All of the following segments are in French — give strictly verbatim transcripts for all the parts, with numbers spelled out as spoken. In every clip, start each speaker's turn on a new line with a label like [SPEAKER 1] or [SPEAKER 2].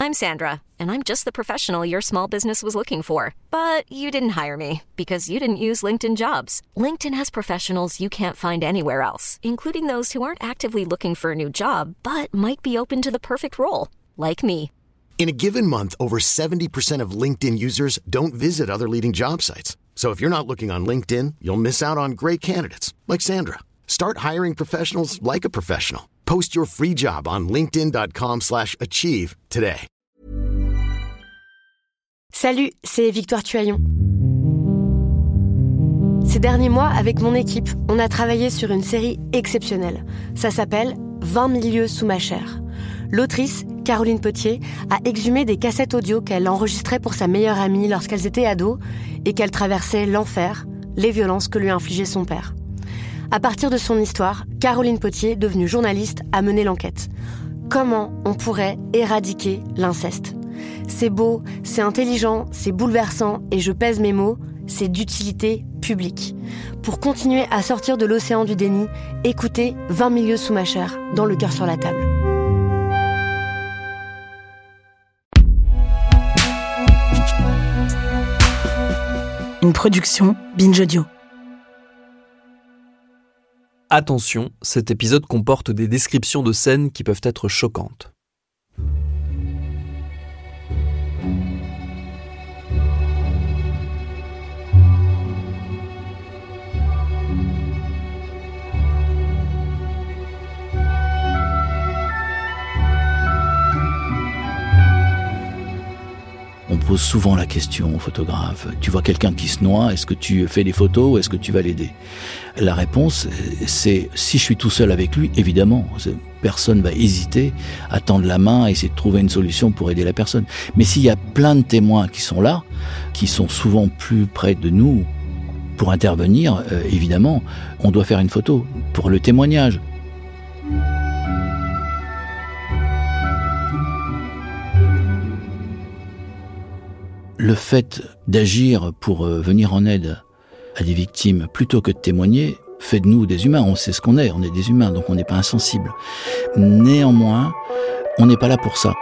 [SPEAKER 1] I'm Sandra, and I'm just the professional your small business was looking for. But you didn't hire me because you didn't use LinkedIn Jobs. LinkedIn has professionals you can't find anywhere else, including those who aren't actively looking for a new job, but might be open to the perfect role, like me.
[SPEAKER 2] In a given month, over seventy percent of LinkedIn users don't visit other leading job sites. So if you're not looking on LinkedIn, you'll miss out on great candidates like Sandra. Start hiring professionals like a professional. Post your free job on linkedin.com slash achieve today.
[SPEAKER 3] Salut, c'est Victoire Tuaillon. Ces derniers mois, avec mon équipe, on a travaillé sur une série exceptionnelle. Ça s'appelle « vingt mille lieues sous ma chair ». L'autrice, Caroline Potier, a exhumé des cassettes audio qu'elle enregistrait pour sa meilleure amie lorsqu'elles étaient ados et qu'elle traversait l'enfer, les violences que lui infligeait son père. À partir de son histoire, Caroline Potier, devenue journaliste, a mené l'enquête. Comment on pourrait éradiquer l'inceste ? C'est beau, c'est intelligent, c'est bouleversant et je pèse mes mots, c'est d'utilité publique. Pour continuer à sortir de l'océan du déni, écoutez vingt mille lieues sous ma chair, dans Le cœur sur la table.
[SPEAKER 4] Une production Binge Audio.
[SPEAKER 5] Attention, cet épisode comporte des descriptions de scènes qui peuvent être choquantes.
[SPEAKER 6] On pose souvent la question aux photographes. Tu vois quelqu'un qui se noie, est-ce que tu fais des photos ou est-ce que tu vas l'aider ? La réponse, c'est si je suis tout seul avec lui, évidemment. Personne va hésiter à tendre la main et essayer de trouver une solution pour aider la personne. Mais s'il y a plein de témoins qui sont là, qui sont souvent plus près de nous pour intervenir, euh, évidemment, on doit faire une photo pour le témoignage. Le fait d'agir pour venir en aide à des victimes plutôt que de témoigner fait de nous des humains. On sait ce qu'on est, on est des humains, donc on n'est pas insensible. Néanmoins, on n'est pas là pour ça.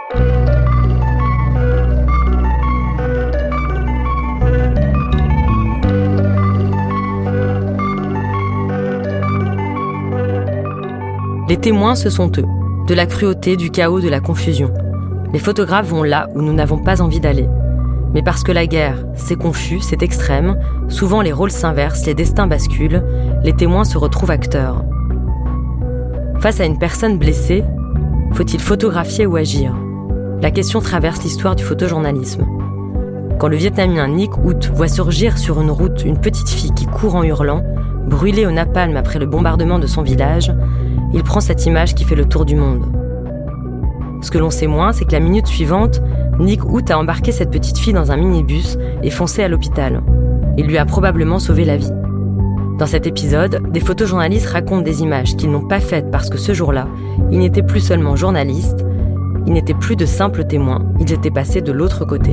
[SPEAKER 3] Les témoins, ce sont eux. De la cruauté, du chaos, de la confusion. Les photographes vont là où nous n'avons pas envie d'aller. Mais parce que la guerre, c'est confus, c'est extrême, souvent les rôles s'inversent, les destins basculent, les témoins se retrouvent acteurs. Face à une personne blessée, faut-il photographier ou agir ? La question traverse l'histoire du photojournalisme. Quand le Vietnamien Nick Ut voit surgir sur une route une petite fille qui court en hurlant, brûlée au napalm après le bombardement de son village, il prend cette image qui fait le tour du monde. Ce que l'on sait moins, c'est que la minute suivante, Nick Ut a embarqué cette petite fille dans un minibus et foncé à l'hôpital. Il lui a probablement sauvé la vie. Dans cet épisode, des photojournalistes racontent des images qu'ils n'ont pas faites parce que ce jour-là, ils n'étaient plus seulement journalistes, ils n'étaient plus de simples témoins, ils étaient passés de l'autre côté.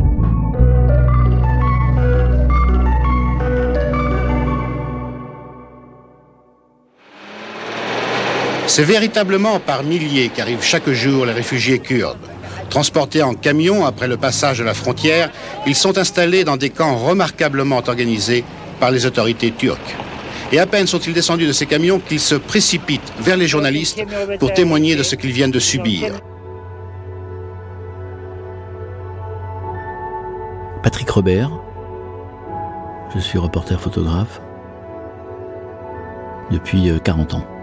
[SPEAKER 7] C'est véritablement par milliers qu'arrivent chaque jour les réfugiés kurdes. Transportés en camion après le passage de la frontière, ils sont installés dans des camps remarquablement organisés par les autorités turques. Et à peine sont-ils descendus de ces camions qu'ils se précipitent vers les journalistes pour témoigner de ce qu'ils viennent de subir.
[SPEAKER 6] Patrick Robert, je suis reporter photographe depuis quarante ans.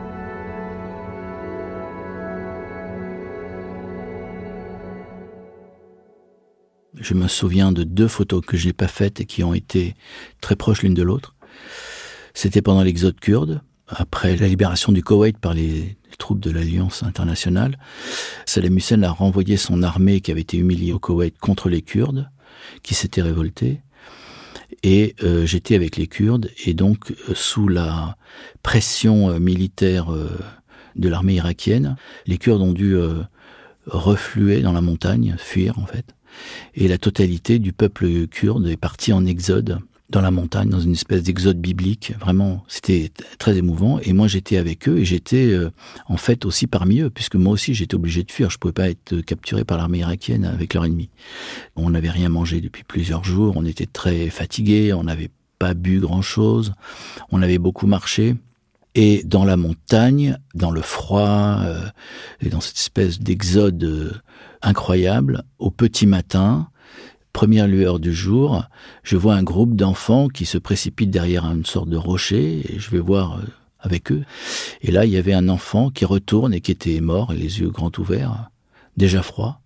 [SPEAKER 6] Je me souviens de deux photos que je n'ai pas faites et qui ont été très proches l'une de l'autre. C'était pendant l'exode kurde, après la libération du Koweït par les, les troupes de l'Alliance internationale. Saddam Hussein a renvoyé son armée qui avait été humiliée au Koweït contre les Kurdes, qui s'étaient révoltés. Et euh, j'étais avec les Kurdes, et donc euh, sous la pression euh, militaire euh, de l'armée irakienne, les Kurdes ont dû euh, refluer dans la montagne, fuir en fait. Et la totalité du peuple kurde est partie en exode dans la montagne, dans une espèce d'exode biblique. Vraiment, c'était très émouvant. Et moi, j'étais avec eux et j'étais euh, en fait aussi parmi eux, puisque moi aussi, j'étais obligé de fuir. Je pouvais pas être capturé par l'armée irakienne avec leur ennemi. On n'avait rien mangé depuis plusieurs jours. On était très fatigués. On n'avait pas bu grand-chose. On avait beaucoup marché. Et dans la montagne, dans le froid, euh, et dans cette espèce d'exode euh, incroyable, au petit matin, première lueur du jour, je vois un groupe d'enfants qui se précipitent derrière une sorte de rocher, et je vais voir euh, avec eux. Et là, il y avait un enfant qui retourne et qui était mort, les yeux grands ouverts, déjà froid.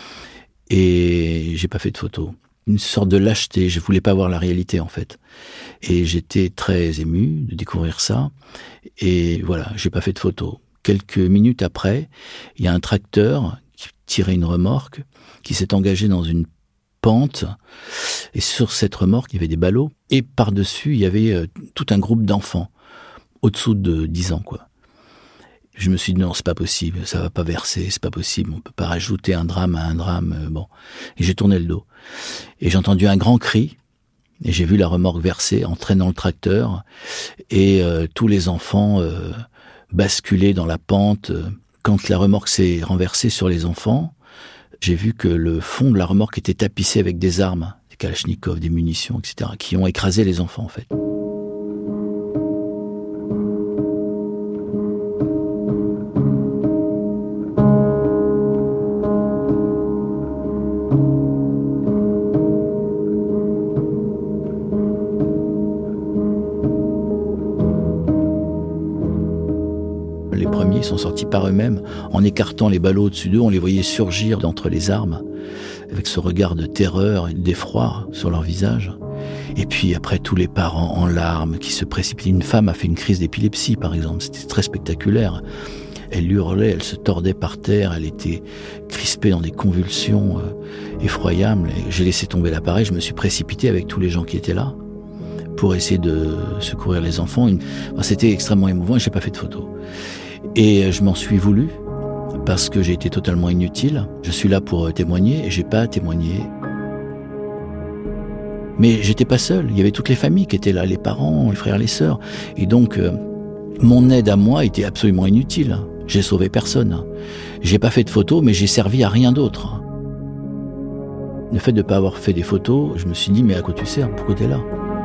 [SPEAKER 6] Et j'ai pas fait de photo. Une sorte de lâcheté, je voulais pas voir la réalité en fait. Et j'étais très ému de découvrir ça. Et voilà, j'ai pas fait de photo. Quelques minutes après, il y a un tracteur qui tirait une remorque, qui s'est engagé dans une pente. Et sur cette remorque, il y avait des ballots. Et par-dessus, il y avait euh, tout un groupe d'enfants, au-dessous de dix ans, quoi. Je me suis dit non, c'est pas possible, ça va pas verser, c'est pas possible, on peut pas rajouter un drame à un drame, euh, bon. Et j'ai tourné le dos. Et j'ai entendu un grand cri, et j'ai vu la remorque verser, entraînant le tracteur, et euh, tous les enfants euh, basculer dans la pente. Quand la remorque s'est renversée sur les enfants, j'ai vu que le fond de la remorque était tapissé avec des armes, des kalachnikovs, des munitions, et cetera, qui ont écrasé les enfants en fait. Les premiers sont sortis par eux-mêmes. En écartant les ballots au-dessus d'eux, on les voyait surgir d'entre les armes, avec ce regard de terreur et d'effroi sur leur visage. Et puis après, tous les parents en larmes qui se précipitaient. Une femme a fait une crise d'épilepsie, par exemple. C'était très spectaculaire. Elle hurlait, elle se tordait par terre, elle était crispée dans des convulsions euh, effroyables. Et j'ai laissé tomber l'appareil, je me suis précipité avec tous les gens qui étaient là pour essayer de secourir les enfants. Une... Enfin, c'était extrêmement émouvant et j'ai pas fait de photos. Et je m'en suis voulu parce que j'ai été totalement inutile. Je suis là pour témoigner et j'ai pas témoigné. Mais j'étais pas seul, il y avait toutes les familles qui étaient là, les parents, les frères, les sœurs. Et donc, euh, mon aide à moi était absolument inutile. J'ai sauvé personne. J'ai pas fait de photos, mais j'ai servi à rien d'autre. Le fait de pas avoir fait des photos, je me suis dit, mais à quoi tu sers? Pourquoi t'es là?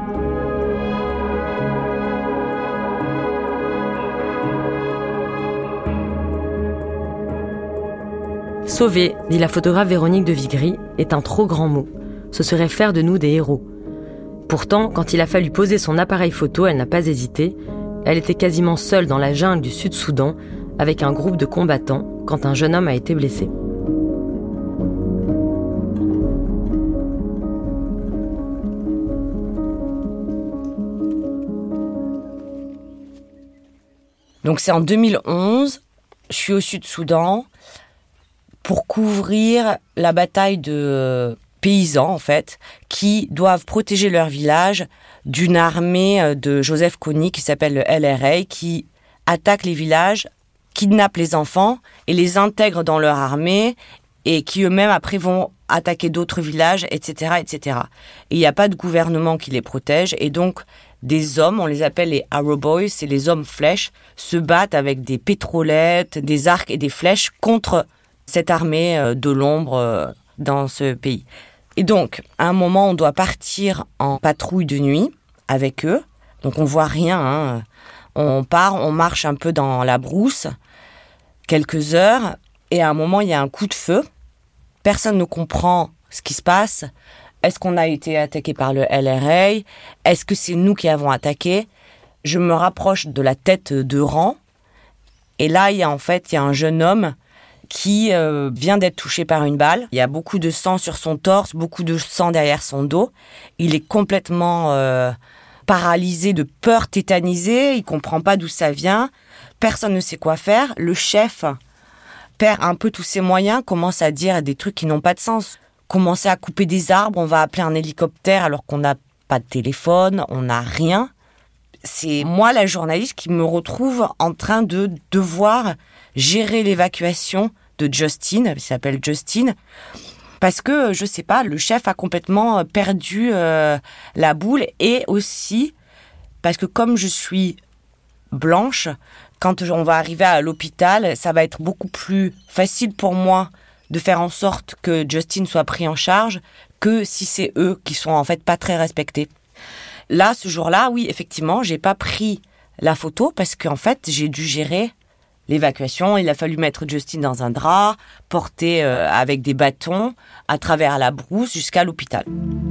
[SPEAKER 3] Sauver, dit la photographe Véronique de Vigry, est un trop grand mot. Ce serait faire de nous des héros. Pourtant, quand il a fallu poser son appareil photo, elle n'a pas hésité. Elle était quasiment seule dans la jungle du Sud-Soudan, avec un groupe de combattants, quand un jeune homme a été blessé.
[SPEAKER 8] Donc c'est en deux mille onze, je suis au Sud-Soudan pour couvrir la bataille de paysans, en fait, qui doivent protéger leur village d'une armée de Joseph Kony qui s'appelle le L R A, qui attaque les villages, kidnappe les enfants et les intègre dans leur armée et qui eux-mêmes après vont attaquer d'autres villages, et cetera, et cetera. Et il n'y a pas de gouvernement qui les protège et donc des hommes, on les appelle les Arrow Boys, c'est les hommes flèches, se battent avec des pétrolettes, des arcs et des flèches contre cette armée de l'ombre dans ce pays. Et donc, à un moment, on doit partir en patrouille de nuit avec eux. Donc, on voit rien. Hein. On part, on marche un peu dans la brousse, quelques heures, et à un moment, il y a un coup de feu. Personne ne comprend ce qui se passe. Est-ce qu'on a été attaqué par le L R A? Est-ce que c'est nous qui avons attaqué? Je me rapproche de la tête de rang. Et là, il y a en fait, il y a un jeune homme qui euh, vient d'être touché par une balle. Il y a beaucoup de sang sur son torse, beaucoup de sang derrière son dos. Il est complètement euh, paralysé de peur, tétanisé. Il comprend pas d'où ça vient. Personne ne sait quoi faire. Le chef perd un peu tous ses moyens, commence à dire des trucs qui n'ont pas de sens. Commencer à couper des arbres, on va appeler un hélicoptère alors qu'on n'a pas de téléphone, on n'a rien. C'est moi, la journaliste, qui me retrouve en train de devoir gérer l'évacuation de Justin, il s'appelle Justin. Parce que, je sais pas, le chef a complètement perdu euh, la boule. Et aussi, parce que comme je suis blanche, quand on va arriver à l'hôpital, ça va être beaucoup plus facile pour moi de faire en sorte que Justin soit pris en charge que si c'est eux qui sont en fait pas très respectés. Là, ce jour-là, oui, effectivement, j'ai pas pris la photo parce qu'en fait, j'ai dû gérer l'évacuation. Il a fallu mettre Justin dans un drap, porter euh, avec des bâtons à travers la brousse jusqu'à l'hôpital.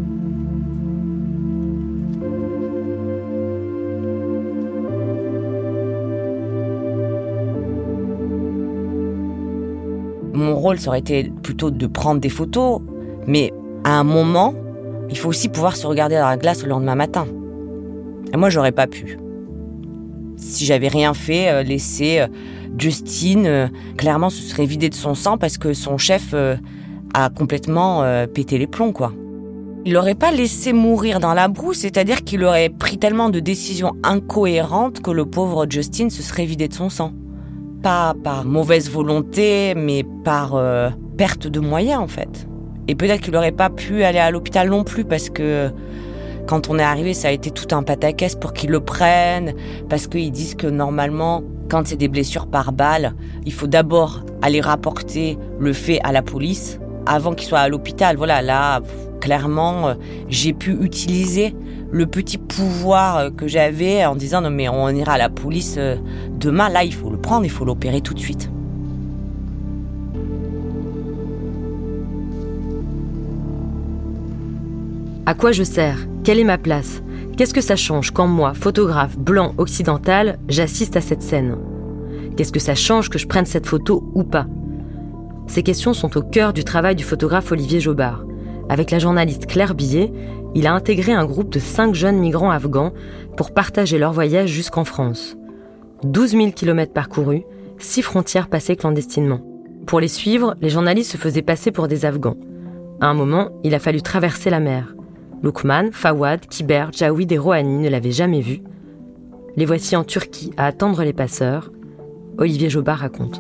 [SPEAKER 8] Mon rôle, ça aurait été plutôt de prendre des photos, mais à un moment, il faut aussi pouvoir se regarder dans la glace le lendemain matin. Et moi, j'aurais pas pu. Si j'avais rien fait, euh, laisser euh, Justin, euh, clairement, se serait vidé de son sang parce que son chef euh, a complètement euh, pété les plombs, quoi. Il l'aurait pas laissé mourir dans la brousse, c'est-à-dire qu'il aurait pris tellement de décisions incohérentes que le pauvre Justin se serait vidé de son sang. Pas par mauvaise volonté, mais par euh, perte de moyens, en fait. Et peut-être qu'il n'aurait pas pu aller à l'hôpital non plus, parce que quand on est arrivé, ça a été tout un pataquès pour qu'ils le prennent, parce qu'ils disent que normalement, quand c'est des blessures par balle, il faut d'abord aller rapporter le fait à la police avant qu'il soit à l'hôpital. Voilà, là, clairement, j'ai pu utiliser le petit pouvoir que j'avais en disant « Non mais on ira à la police demain, là il faut le prendre, il faut l'opérer tout de suite ».
[SPEAKER 3] À quoi je sers ? Quelle est ma place ? Qu'est-ce que ça change quand moi, photographe blanc occidental, j'assiste à cette scène ? Qu'est-ce que ça change que je prenne cette photo ou pas ? Ces questions sont au cœur du travail du photographe Olivier Jobard. Avec la journaliste Claire Billet, il a intégré un groupe de cinq jeunes migrants afghans pour partager leur voyage jusqu'en France. douze mille kilomètres parcourus, six frontières passées clandestinement. Pour les suivre, les journalistes se faisaient passer pour des Afghans. À un moment, il a fallu traverser la mer. Loukman, Fawad, Kiber, Jawid et Rohani ne l'avaient jamais vu. Les voici en Turquie à attendre les passeurs. Olivier Jobard raconte.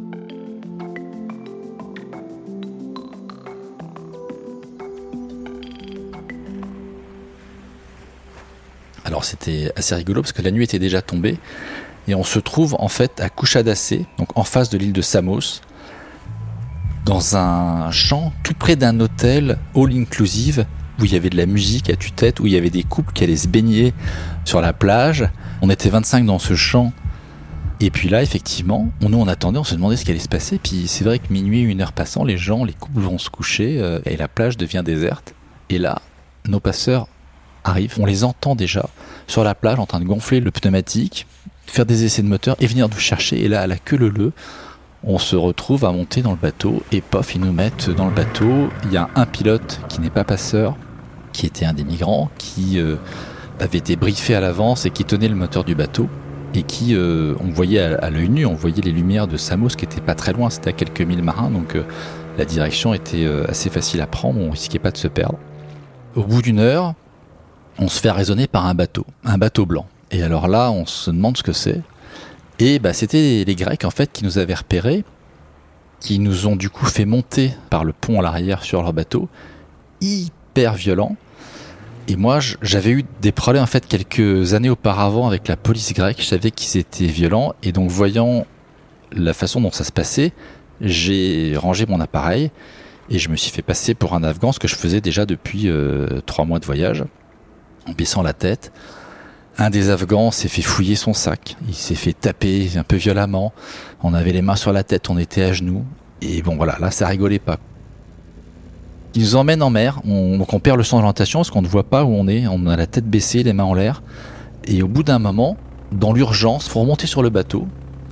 [SPEAKER 6] Alors c'était assez rigolo parce que la nuit était déjà tombée et on se trouve en fait à Kushadase, donc en face de l'île de Samos, dans un champ tout près d'un hôtel all-inclusive où il y avait de la musique à tue-tête, où il y avait des couples qui allaient se baigner sur la plage. On était vingt-cinq dans ce champ et puis là effectivement, nous on attendait, on se demandait ce qui allait se passer. Puis c'est vrai que minuit, une heure passant, les gens, les couples vont se coucher euh, et la plage devient déserte. Et là, nos passeurs arrivent, on les entend déjà sur la plage en train de gonfler le pneumatique, faire des essais de moteur et venir nous chercher. Et là, à la queue leu-leu, on se retrouve à monter dans le bateau et pof, ils nous mettent dans le bateau. Il y a un pilote qui n'est pas passeur, qui était un des migrants, qui euh, avait été briefé à l'avance et qui tenait le moteur du bateau et qui, euh, on voyait à, à l'œil nu, on voyait les lumières de Samos qui étaient pas très loin, c'était à quelques milles marins, donc euh, la direction était euh, assez facile à prendre, on risquait pas de se perdre. Au bout d'une heure, on se fait arraisonner par un bateau, un bateau blanc. Et alors là, on se demande ce que c'est. Et bah, c'était les Grecs en fait qui nous avaient repérés, qui nous ont du coup fait monter par le pont à l'arrière sur leur bateau, hyper violent. Et moi, j'avais eu des problèmes en fait quelques années auparavant avec la police grecque. Je savais qu'ils étaient violents et donc voyant la façon dont ça se passait, j'ai rangé mon appareil et je me suis fait passer pour un Afghan, ce que je faisais déjà depuis euh, trois mois de voyage. En baissant la tête, un des Afghans s'est fait fouiller son sac. Il s'est fait taper un peu violemment. On avait les mains sur la tête, on était à genoux. Et bon voilà, là ça rigolait pas. Ils nous emmènent en mer, on, donc on perd le sens d'orientation parce qu'on ne voit pas où on est. On a la tête baissée, les mains en l'air. Et au bout d'un moment, dans l'urgence, faut remonter sur le bateau.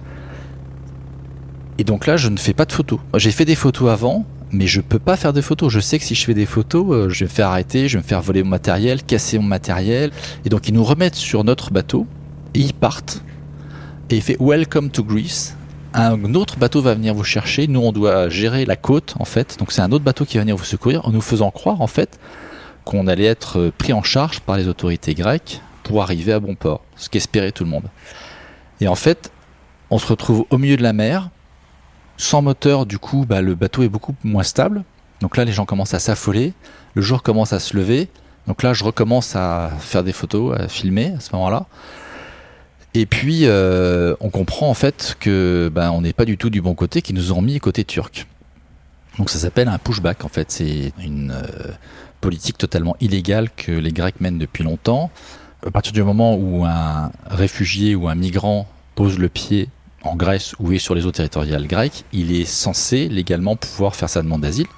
[SPEAKER 6] Et donc là, je ne fais pas de photos. J'ai fait des photos avant, mais je peux pas faire de photos. Je sais que si je fais des photos, euh, je vais me faire arrêter, je vais me faire voler mon matériel, casser mon matériel. Et donc ils nous remettent sur notre bateau et ils partent. Et il fait « Welcome to Greece ». Un autre bateau va venir vous chercher. Nous, on doit gérer la côte, en fait. Donc c'est un autre bateau qui va venir vous secourir en nous faisant croire, en fait, qu'on allait être pris en charge par les autorités grecques pour arriver à bon port. Ce qu'espérait tout le monde. Et en fait, on se retrouve au milieu de la mer. Sans moteur, du coup, bah, le bateau est beaucoup moins stable. Donc là, les gens commencent à s'affoler, le jour commence à se lever. Donc là, je recommence à faire des photos, à filmer à ce moment-là. Et puis, euh, on comprend en fait que ben, on n'est pas du tout du bon côté, qu'ils nous ont mis côté turc. Donc ça s'appelle un pushback en fait. C'est une euh, politique totalement illégale que les Grecs mènent depuis longtemps. À partir du moment où un réfugié ou un migrant pose le pied en Grèce ou est sur les eaux territoriales grecques, il est censé légalement pouvoir faire sa demande d'asile.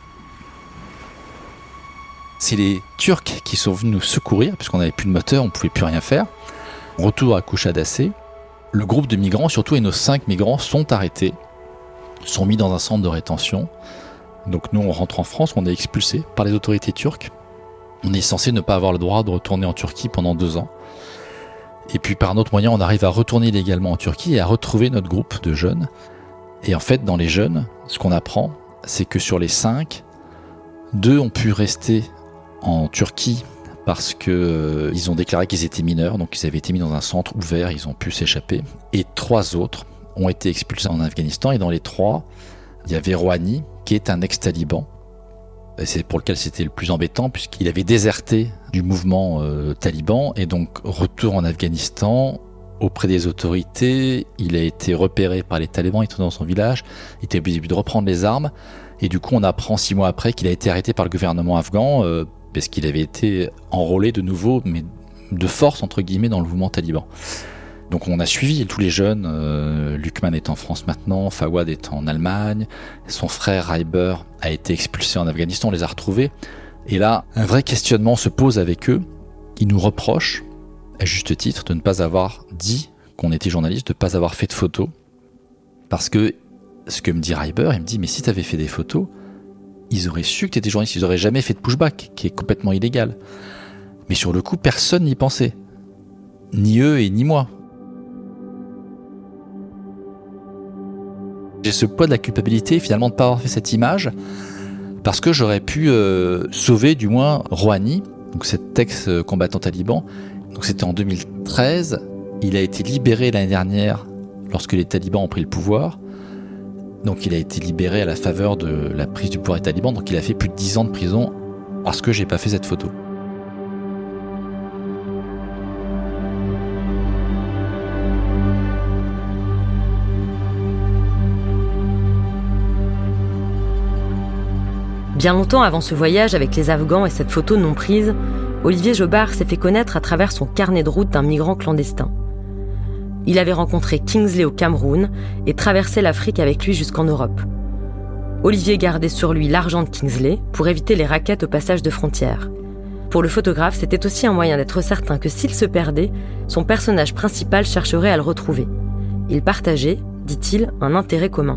[SPEAKER 6] C'est les Turcs qui sont venus nous secourir, puisqu'on n'avait plus de moteur, on ne pouvait plus rien faire. Retour à Kouchadasé, le groupe de migrants, surtout et nos cinq migrants, sont arrêtés, sont mis dans un centre de rétention. Donc nous, on rentre en France, on est expulsés par les autorités turques. On est censé ne pas avoir le droit de retourner en Turquie pendant deux ans. Et puis par un autre moyen, on arrive à retourner légalement en Turquie et à retrouver notre groupe de jeunes. Et en fait, dans les jeunes, ce qu'on apprend, c'est que sur les cinq, deux ont pu rester en Turquie parce qu'ils euh, ont déclaré qu'ils étaient mineurs, donc ils avaient été mis dans un centre ouvert, ils ont pu s'échapper. Et trois autres ont été expulsés en Afghanistan, et dans les trois, il y avait Rouhani, qui est un ex-taliban. Et c'est pour lequel c'était le plus embêtant, puisqu'il avait déserté du mouvement euh, taliban, et donc retour en Afghanistan, auprès des autorités, il a été repéré par les talibans, il était dans son village, il était obligé de reprendre les armes, et du coup on apprend six mois après qu'il a été arrêté par le gouvernement afghan, euh, parce qu'il avait été enrôlé de nouveau, mais de force, entre guillemets, dans le mouvement taliban. Donc on a suivi tous les jeunes, euh, Lukman est en France maintenant, Fawad est en Allemagne, son frère Raiber a été expulsé en Afghanistan, on les a retrouvés. Et là, un vrai questionnement se pose avec eux. Ils nous reprochent, à juste titre, de ne pas avoir dit qu'on était journaliste, de ne pas avoir fait de photos. Parce que, ce que me dit Raiber, il me dit, mais si tu avais fait des photos, ils auraient su que tu étais journaliste, ils n'auraient jamais fait de pushback, qui est complètement illégal. Mais sur le coup, personne n'y pensait. Ni eux et ni moi. J'ai ce poids de la culpabilité, finalement, de ne pas avoir fait cette image, parce que j'aurais pu euh, sauver, du moins, Rouhani, donc cet ex-combattant taliban. Donc c'était en deux mille treize, il a été libéré l'année dernière, lorsque les talibans ont pris le pouvoir. Donc il a été libéré à la faveur de la prise du pouvoir des talibans, donc il a fait plus de dix ans de prison parce que j'ai pas fait cette photo.
[SPEAKER 3] Bien longtemps avant ce voyage avec les Afghans et cette photo non prise, Olivier Jobard s'est fait connaître à travers son carnet de route d'un migrant clandestin. Il avait rencontré Kingsley au Cameroun et traversé l'Afrique avec lui jusqu'en Europe. Olivier gardait sur lui l'argent de Kingsley pour éviter les rackets au passage de frontières. Pour le photographe, c'était aussi un moyen d'être certain que s'il se perdait, son personnage principal chercherait à le retrouver. Ils partageaient, dit-il, un intérêt commun.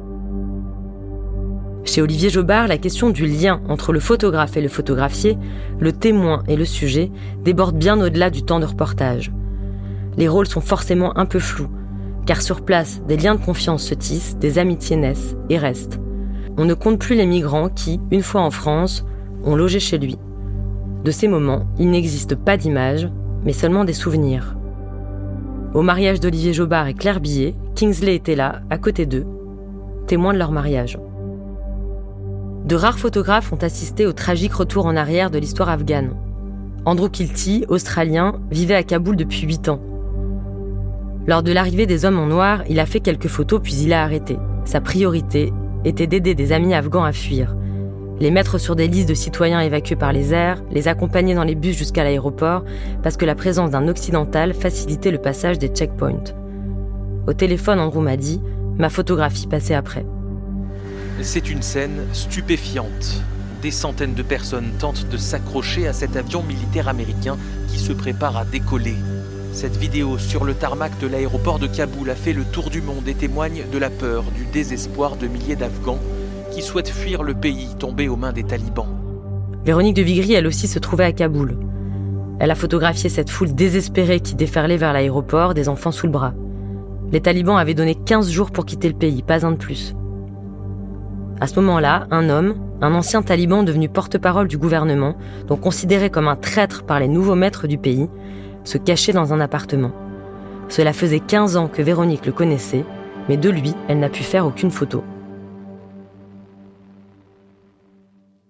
[SPEAKER 3] Chez Olivier Jobard, la question du lien entre le photographe et le photographié, le témoin et le sujet, déborde bien au-delà du temps de reportage. Les rôles sont forcément un peu flous, car sur place, des liens de confiance se tissent, des amitiés naissent et restent. On ne compte plus les migrants qui, une fois en France, ont logé chez lui. De ces moments, il n'existe pas d'images, mais seulement des souvenirs. Au mariage d'Olivier Jobard et Claire Billet, Kingsley était là, à côté d'eux, témoin de leur mariage. De rares photographes ont assisté au tragique retour en arrière de l'histoire afghane. Andrew Kilty, australien, vivait à Kaboul depuis huit ans. Lors de l'arrivée des hommes en noir, il a fait quelques photos puis il a arrêté. Sa priorité était d'aider des amis afghans à fuir. Les mettre sur des listes de citoyens évacués par les airs, les accompagner dans les bus jusqu'à l'aéroport, parce que la présence d'un occidental facilitait le passage des checkpoints. Au téléphone, Andrew m'a dit « Ma photographie passait après ».
[SPEAKER 9] C'est une scène stupéfiante. Des centaines de personnes tentent de s'accrocher à cet avion militaire américain qui se prépare à décoller. Cette vidéo sur le tarmac de l'aéroport de Kaboul a fait le tour du monde et témoigne de la peur, du désespoir de milliers d'Afghans qui souhaitent fuir le pays tombé aux mains des talibans.
[SPEAKER 3] Véronique de Vigry, elle aussi, se trouvait à Kaboul. Elle a photographié cette foule désespérée qui déferlait vers l'aéroport, des enfants sous le bras. Les talibans avaient donné quinze jours pour quitter le pays, pas un de plus. À ce moment-là, un homme, un ancien taliban devenu porte-parole du gouvernement, donc considéré comme un traître par les nouveaux maîtres du pays, se cachait dans un appartement. Cela faisait quinze ans que Véronique le connaissait, mais de lui, elle n'a pu faire aucune photo.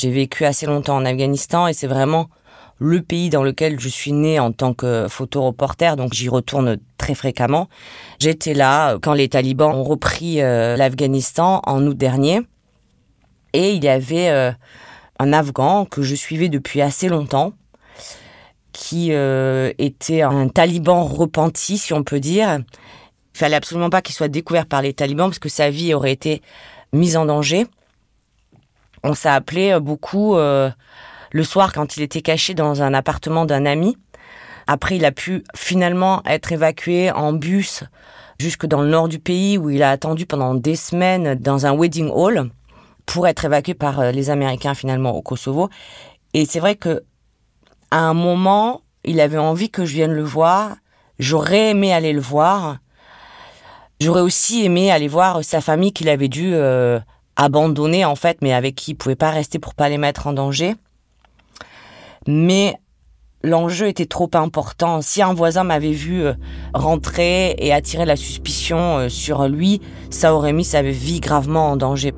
[SPEAKER 8] J'ai vécu assez longtemps en Afghanistan et c'est vraiment le pays dans lequel je suis née en tant que photoreporter, donc j'y retourne très fréquemment. J'étais là quand les talibans ont repris euh, l'Afghanistan en août dernier. Et il y avait euh, un Afghan que je suivais depuis assez longtemps, qui euh, était un taliban repenti, si on peut dire. Il fallait absolument pas qu'il soit découvert par les talibans, parce que sa vie aurait été mise en danger. On s'est appelé beaucoup euh, le soir quand il était caché dans un appartement d'un ami. Après, il a pu finalement être évacué en bus jusque dans le nord du pays, où il a attendu pendant des semaines dans un wedding hall pour être évacué par les Américains finalement au Kosovo. Et c'est vrai que à un moment, il avait envie que je vienne le voir. J'aurais aimé aller le voir. J'aurais aussi aimé aller voir sa famille qu'il avait dû euh, abandonner en fait, mais avec qui il pouvait pas rester pour pas les mettre en danger. Mais l'enjeu était trop important. Si un voisin m'avait vu euh, rentrer et attirer la suspicion euh, sur lui, ça aurait mis sa vie gravement en danger.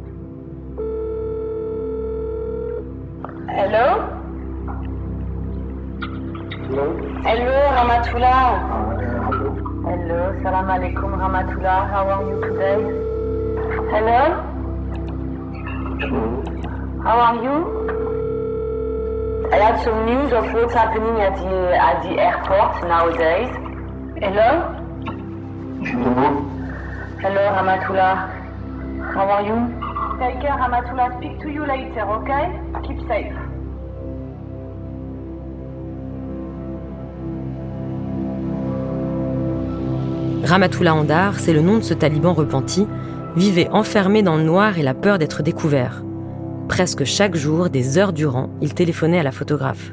[SPEAKER 10] Hello? Hello, Rahmatullah. Hello, salam alaikum, Rahmatullah. How are you today? Hello? How are you? I had some news of what's happening at the, at the airport nowadays. Hello? Hello, Rahmatullah. How are you? Take care, Rahmatullah. Speak to you later, okay? Keep safe.
[SPEAKER 3] Rahmatullah Andar, c'est le nom de ce taliban repenti, vivait enfermé dans le noir et la peur d'être découvert. Presque chaque jour, des heures durant, il téléphonait à la photographe.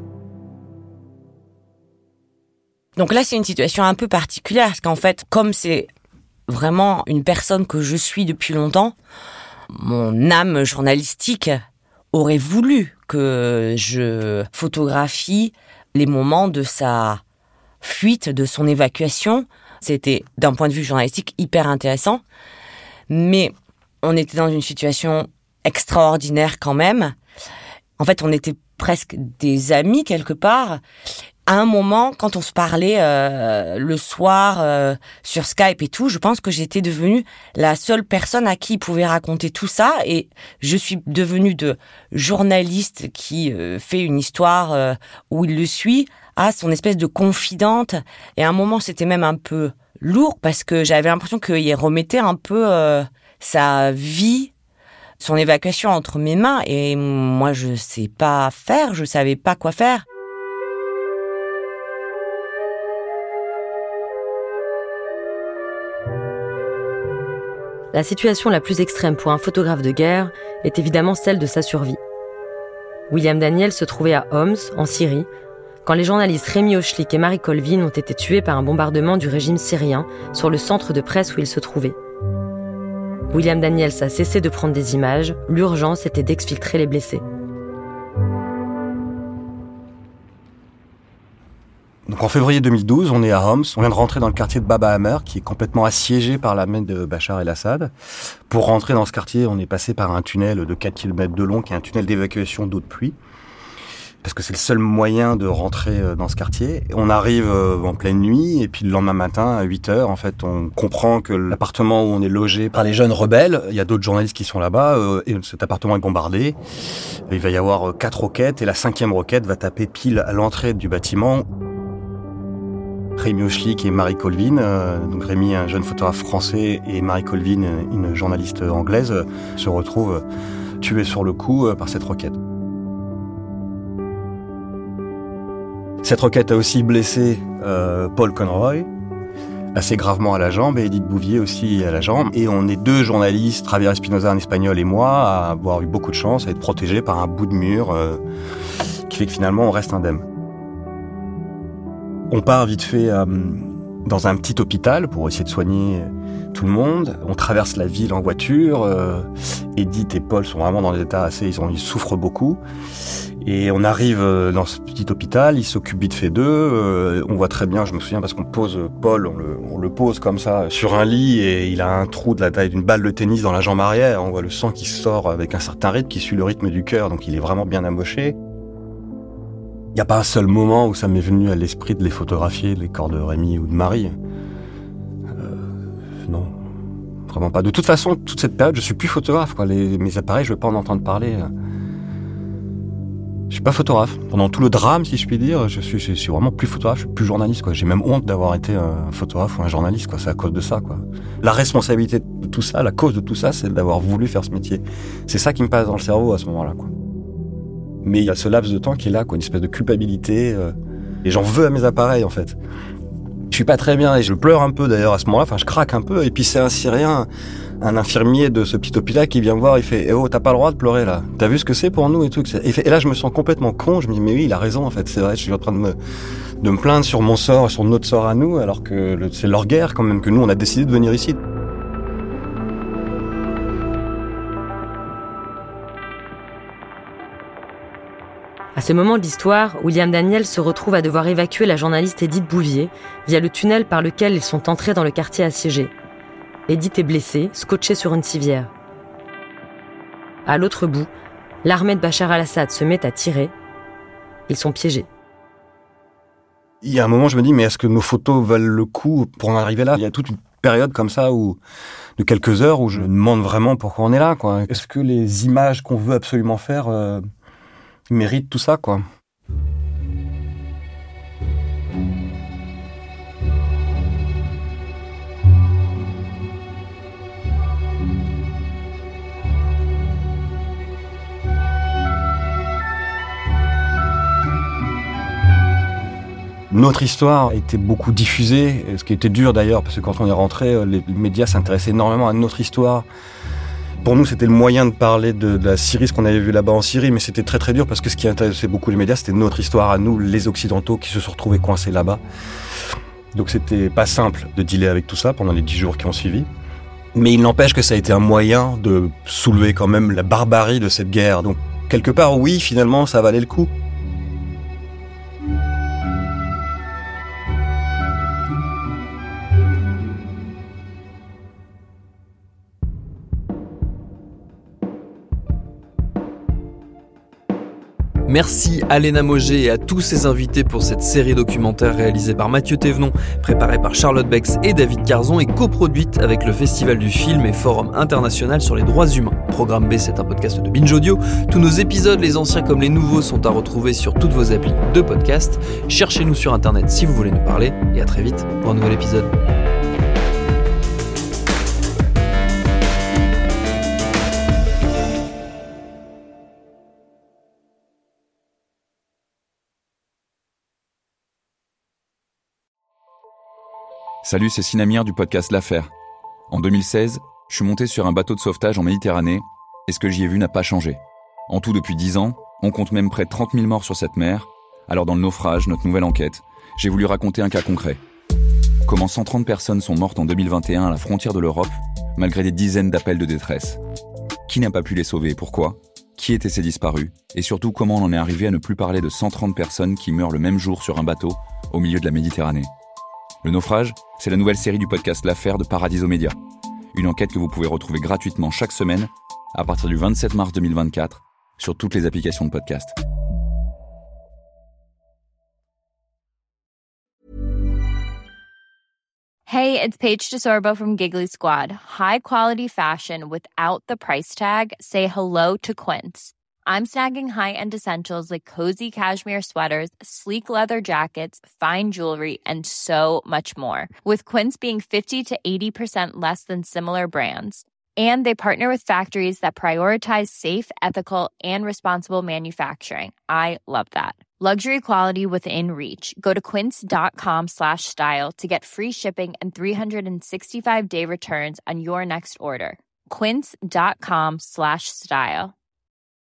[SPEAKER 8] Donc là, c'est une situation un peu particulière, parce qu'en fait, comme c'est vraiment une personne que je suis depuis longtemps, mon âme journalistique aurait voulu que je photographie les moments de sa fuite, de son évacuation. C'était, d'un point de vue journalistique, hyper intéressant. Mais on était dans une situation extraordinaire quand même. En fait, on était presque des amis quelque part. À un moment, quand on se parlait euh, le soir euh, sur Skype et tout, je pense que j'étais devenue la seule personne à qui il pouvait raconter tout ça. Et je suis devenue de journaliste qui euh, fait une histoire euh, où il le suit à son espèce de confidente. Et à un moment, c'était même un peu lourd parce que j'avais l'impression qu'il remettait un peu euh, sa vie, son évacuation entre mes mains. Et moi, je sais pas faire, je savais pas quoi faire.
[SPEAKER 3] La situation la plus extrême pour un photographe de guerre est évidemment celle de sa survie. William Daniel se trouvait à Homs, en Syrie, quand les journalistes Rémi Ochlik et Marie Colvin ont été tués par un bombardement du régime syrien sur le centre de presse où ils se trouvaient. William Daniels a cessé de prendre des images, l'urgence était d'exfiltrer les blessés.
[SPEAKER 11] Donc en février deux mille douze, on est à Homs, on vient de rentrer dans le quartier de Baba Amer, qui est complètement assiégé par l'armée de Bachar el-Assad. Pour rentrer dans ce quartier, on est passé par un tunnel de quatre kilomètres de long, qui est un tunnel d'évacuation d'eau de pluie, parce que c'est le seul moyen de rentrer dans ce quartier. On arrive en pleine nuit, et puis le lendemain matin, à huit heures, en fait, on comprend que l'appartement où on est logé par les jeunes rebelles, il y a d'autres journalistes qui sont là-bas, et cet appartement est bombardé. Il va y avoir quatre roquettes, et la cinquième roquette va taper pile à l'entrée du bâtiment. Rémi Ochlik et Marie Colvin, euh, donc Rémi, un jeune photographe français, et Marie Colvin, une journaliste anglaise, euh, se retrouvent euh, tués sur le coup euh, par cette roquette. Cette roquette a aussi blessé euh, Paul Conroy, assez gravement à la jambe, et Edith Bouvier aussi à la jambe. Et on est deux journalistes, Javier Espinosa, un espagnol, et moi, à avoir eu beaucoup de chance, à être protégés par un bout de mur euh, qui fait que finalement on reste indemne. On part vite fait euh, dans un petit hôpital pour essayer de soigner tout le monde. On traverse la ville en voiture. Euh, Edith et Paul sont vraiment dans des états assez... Ils, ont, ils souffrent beaucoup. Et on arrive dans ce petit hôpital, il s'occupe vite fait d'eux. Euh, on voit très bien, je me souviens, parce qu'on pose Paul, on le, on le pose comme ça sur un lit et il a un trou de la taille d'une balle de tennis dans la jambe arrière. On voit le sang qui sort avec un certain rythme qui suit le rythme du cœur, donc il est vraiment bien amoché. Il n'y a pas un seul moment où ça m'est venu à l'esprit de les photographier, les corps de Rémi ou de Marie. Euh, non, vraiment pas. De toute façon, toute cette période, je suis plus photographe, quoi. Les, mes appareils, je ne veux pas en entendre parler. Je suis pas photographe. Pendant tout le drame, si je puis dire, je suis, je suis vraiment plus photographe, je suis plus journaliste, quoi. J'ai même honte d'avoir été un photographe ou un journaliste, quoi. C'est à cause de ça, quoi. La responsabilité de tout ça, la cause de tout ça, c'est d'avoir voulu faire ce métier. C'est ça qui me passe dans le cerveau à ce moment-là, quoi. Mais il y a ce laps de temps qui est là, quoi, une espèce de culpabilité. Euh, et j'en veux à mes appareils, en fait. Je suis pas très bien et je pleure un peu d'ailleurs à ce moment-là. Enfin, je craque un peu. Et puis c'est un Syrien, un infirmier de ce petit hôpital qui vient me voir. Il fait eh « Oh, t'as pas le droit de pleurer là. T'as vu ce que c'est pour nous et tout. » et, fait, et là, je me sens complètement con. Je me dis « Mais oui, il a raison en fait. C'est vrai, je suis en train de me, de me plaindre sur mon sort, sur notre sort à nous, alors que le, c'est leur guerre quand même, que nous, on a décidé de venir ici. »
[SPEAKER 3] À ce moment de l'histoire, William Daniel se retrouve à devoir évacuer la journaliste Edith Bouvier via le tunnel par lequel ils sont entrés dans le quartier assiégé. Edith est blessée, scotchée sur une civière. À l'autre bout, l'armée de Bachar al-Assad se met à tirer. Ils sont piégés.
[SPEAKER 11] Il y a un moment, je me dis, mais est-ce que nos photos valent le coup pour en arriver là ? Il y a toute une période comme ça, où, de quelques heures, où je me demande vraiment pourquoi on est là, quoi. Est-ce que les images qu'on veut absolument faire... Euh mérite tout ça, quoi. Notre histoire a été beaucoup diffusée, ce qui était dur d'ailleurs, parce que quand on est rentré, les médias s'intéressaient énormément à notre histoire. Pour nous, c'était le moyen de parler de, de la Syrie, ce qu'on avait vu là-bas en Syrie, mais c'était très très dur parce que ce qui intéressait beaucoup les médias, c'était notre histoire à nous, les Occidentaux, qui se sont retrouvés coincés là-bas. Donc c'était pas simple de dealer avec tout ça pendant les dix jours qui ont suivi. Mais il n'empêche que ça a été un moyen de soulever quand même la barbarie de cette guerre. Donc quelque part, oui, finalement, ça valait le coup.
[SPEAKER 5] Merci à Léna Mogé et à tous ses invités pour cette série documentaire réalisée par Mathieu Thévenon, préparée par Charlotte Bex et David Carzon et coproduite avec le Festival du Film et Forum International sur les Droits Humains. Programme B, c'est un podcast de Binge Audio. Tous nos épisodes, les anciens comme les nouveaux, sont à retrouver sur toutes vos applis de podcast. Cherchez-nous sur Internet si vous voulez nous parler et à très vite pour un nouvel épisode.
[SPEAKER 12] Salut, c'est Sinamir du podcast L'Affaire. En deux mille seize, je suis monté sur un bateau de sauvetage en Méditerranée et ce que j'y ai vu n'a pas changé. En tout, depuis dix ans, on compte même près de trente mille morts sur cette mer. Alors dans le naufrage, notre nouvelle enquête, j'ai voulu raconter un cas concret. Comment cent trente personnes sont mortes en deux mille vingt et un à la frontière de l'Europe, malgré des dizaines d'appels de détresse. Qui n'a pas pu les sauver et pourquoi ? Qui étaient ces disparus ? Et surtout, comment on en est arrivé à ne plus parler de cent trente personnes qui meurent le même jour sur un bateau au milieu de la Méditerranée ? Le naufrage, c'est la nouvelle série du podcast L'Affaire de Paradiso Media. Une enquête que vous pouvez retrouver gratuitement chaque semaine à partir du vingt-sept mars deux mille vingt-quatre sur toutes les applications de podcast.
[SPEAKER 13] Hey, it's Paige DeSorbo from Giggly Squad. High quality fashion without the price tag. Say hello to Quince. I'm snagging high-end essentials like cozy cashmere sweaters, sleek leather jackets, fine jewelry, and so much more. With Quince being fifty to eighty percent less than similar brands. And they partner with factories that prioritize safe, ethical, and responsible manufacturing. I love that. Luxury quality within reach. Go to quince.com slash style to get free shipping and three sixty-five day returns on your next order. Quince.com slash style.